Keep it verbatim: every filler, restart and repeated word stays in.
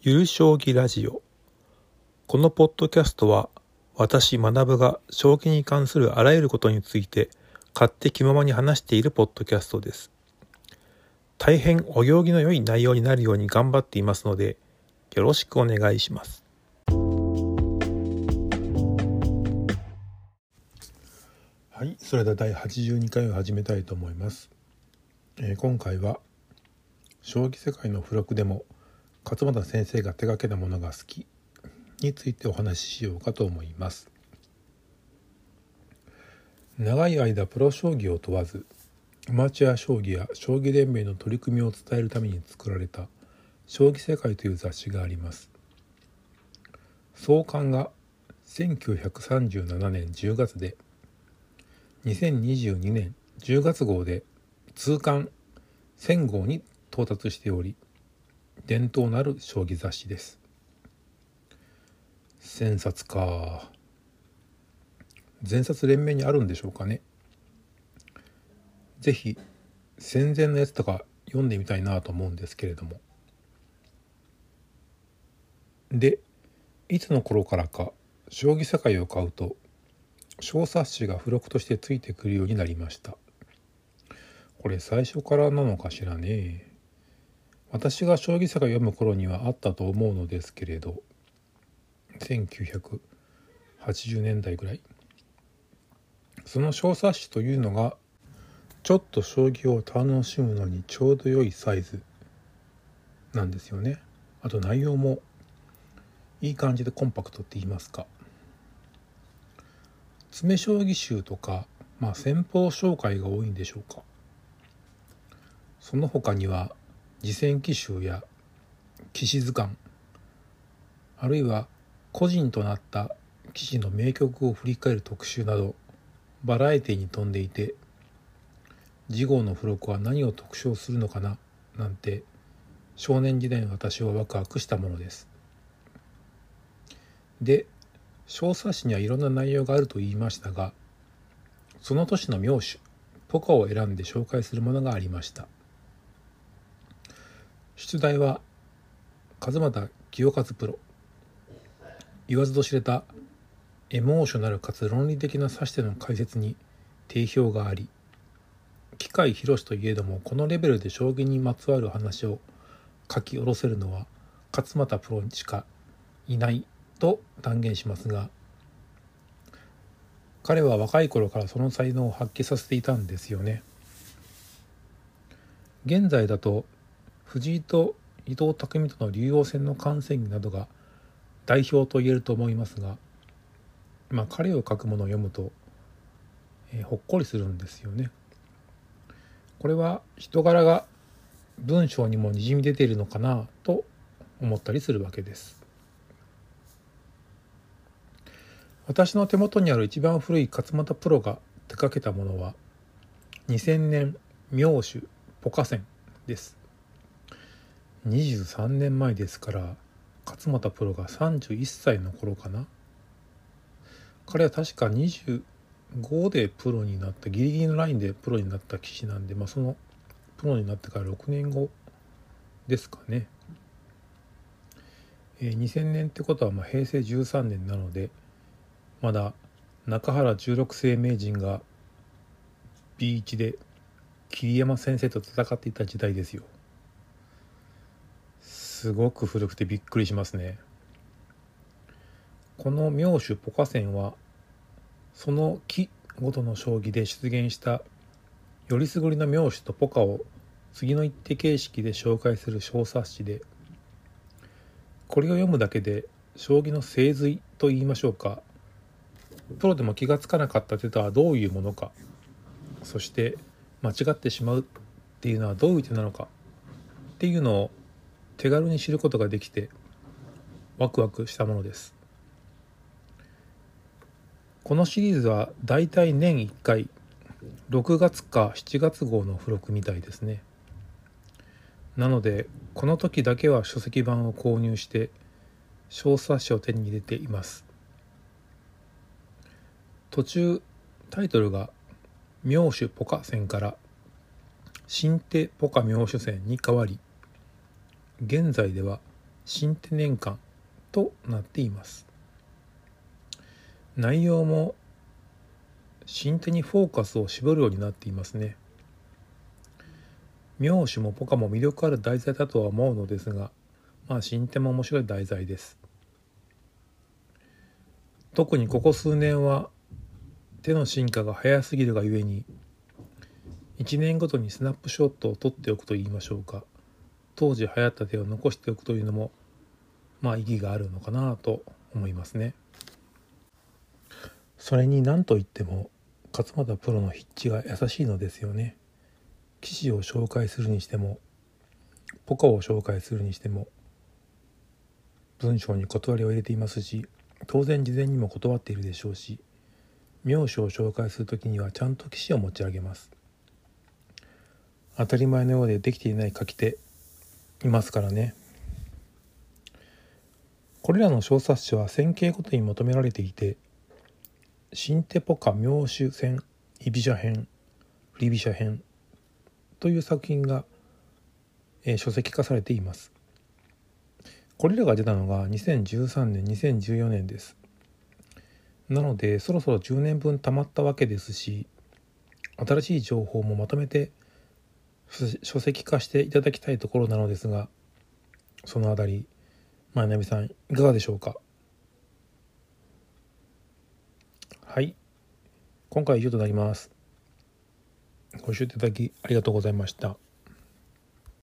ゆる将棋ラジオ。このポッドキャストは私学が将棋に関するあらゆることについて勝手気ままに話しているポッドキャストです。大変お行儀の良い内容になるように頑張っていますのでよろしくお願いします。はい、それではだいはちじゅうにかいを始めたいと思います。えー、今回は将棋世界の付録でも勝俣先生が手掛けたものが好きについてお話ししようかと思います。長い間プロ将棋を問わずアマチュア将棋や将棋連盟の取り組みを伝えるために作られた将棋世界という雑誌があります。創刊がせんきゅうひゃくさんじゅうななねんじゅうがつでにせんにじゅうにねんじゅうがつ号で通巻せんごうに到達しており、伝統のある将棋雑誌です。せんさつか。全冊連盟にあるんでしょうかね。ぜひ戦前のやつとか読んでみたいなと思うんですけれども。で、いつの頃からか将棋世界を買うと小冊子が付録としてついてくるようになりました。これ最初からなのかしらね。私が将棋世界を読む頃にはあったと思うのですけれど、せんきゅうひゃくはちじゅうねんだいぐらい。その小冊子というのがちょっと将棋を楽しむのにちょうど良いサイズなんですよね。あと内容もいい感じでコンパクトって言いますか。詰将棋集とか、まあ戦法紹介が多いんでしょうか。その他には次戦棋集や棋士図鑑、あるいは個人となった棋士の名局を振り返る特集などバラエティに富んでいて、次号の付録は何を特徴するのかななんて少年時代の私はワクワクしたものです。で、小冊子にはいろんな内容があると言いましたが、その年の名手ポカを選んで紹介するものがありました。出題は勝俣清和プロ。言わずと知れたエモーショナルかつ論理的な指し手の解説に定評があり、機械広しといえどもこのレベルで将棋にまつわる話を書き下ろせるのは勝俣プロしかいないと断言しますが、彼は若い頃からその才能を発揮させていたんですよね。現在だと藤井と伊藤匠との竜王戦の観戦記などが代表と言えると思いますが、まあ彼を書くものを読むと、えー、ほっこりするんですよね。これは人柄が文章にもにじみ出ているのかなと思ったりするわけです。私の手元にある一番古い勝俣プロが手掛けたものはにせんねん名手ポカ戦です。にじゅうさんねんまえですから、勝俣プロがさんじゅういっさいの頃かな。彼は確かにじゅうごでプロになったギリギリのラインでプロになった棋士なんで、まあ、そのプロになってからろくねんごですかね。えー、にせんねんってことはまあへいせいじゅうさんねんなので、まだ中原十六世名人が ビーワン で桐山先生と戦っていた時代ですよ。すごく古くてびっくりしますね。この名手ポカ戦はその期ごとの将棋で出現したよりすぐりの名手とポカを次の一手形式で紹介する小冊子で、これを読むだけで将棋の精髄と言いましょうか、プロでも気がつかなかった手とはどういうものか、そして間違ってしまうっていうのはどういう手なのかっていうのを手軽に知ることができてワクワクしたものです。このシリーズはだいたい年いっかいろくがつかしちがつ号の付録みたいですね。なのでこの時だけは書籍版を購入して小冊子を手に入れています。途中タイトルが名手ポカ戦から新手ポカ名手戦に変わり、現在では新手年間となっています。内容も新手にフォーカスを絞るようになっていますね。妙手もポカも魅力ある題材だとは思うのですが、まあ新手も面白い題材です。特にここ数年は手の進化が早すぎるがゆえに、いちねんごとにスナップショットを撮っておくといいましょうか、当時流行った手を残しておくというのもまあ意義があるのかなと思いますね。それに何といっても勝俣プロの筆致が優しいのですよね。棋士を紹介するにしてもポカを紹介するにしても文章に断りを入れていますし、当然事前にも断っているでしょうし、妙手を紹介するときにはちゃんと棋士を持ち上げます。当たり前のようでできていない書き手いますからね。これらの小冊子は戦型ごとにまとめられていて、新手ポカ妙手戦居飛車編振り飛車編という作品が、えー、書籍化されています。これらが出たのがにせんじゅうさんねんにせんじゅうよねんです。なのでそろそろじゅうねんぶんたまったわけですし、新しい情報もまとめて書籍化していただきたいところなのですが、そのあたり前波さんいかがでしょうか。はい、今回は以上となります。ご視聴いただきありがとうございました。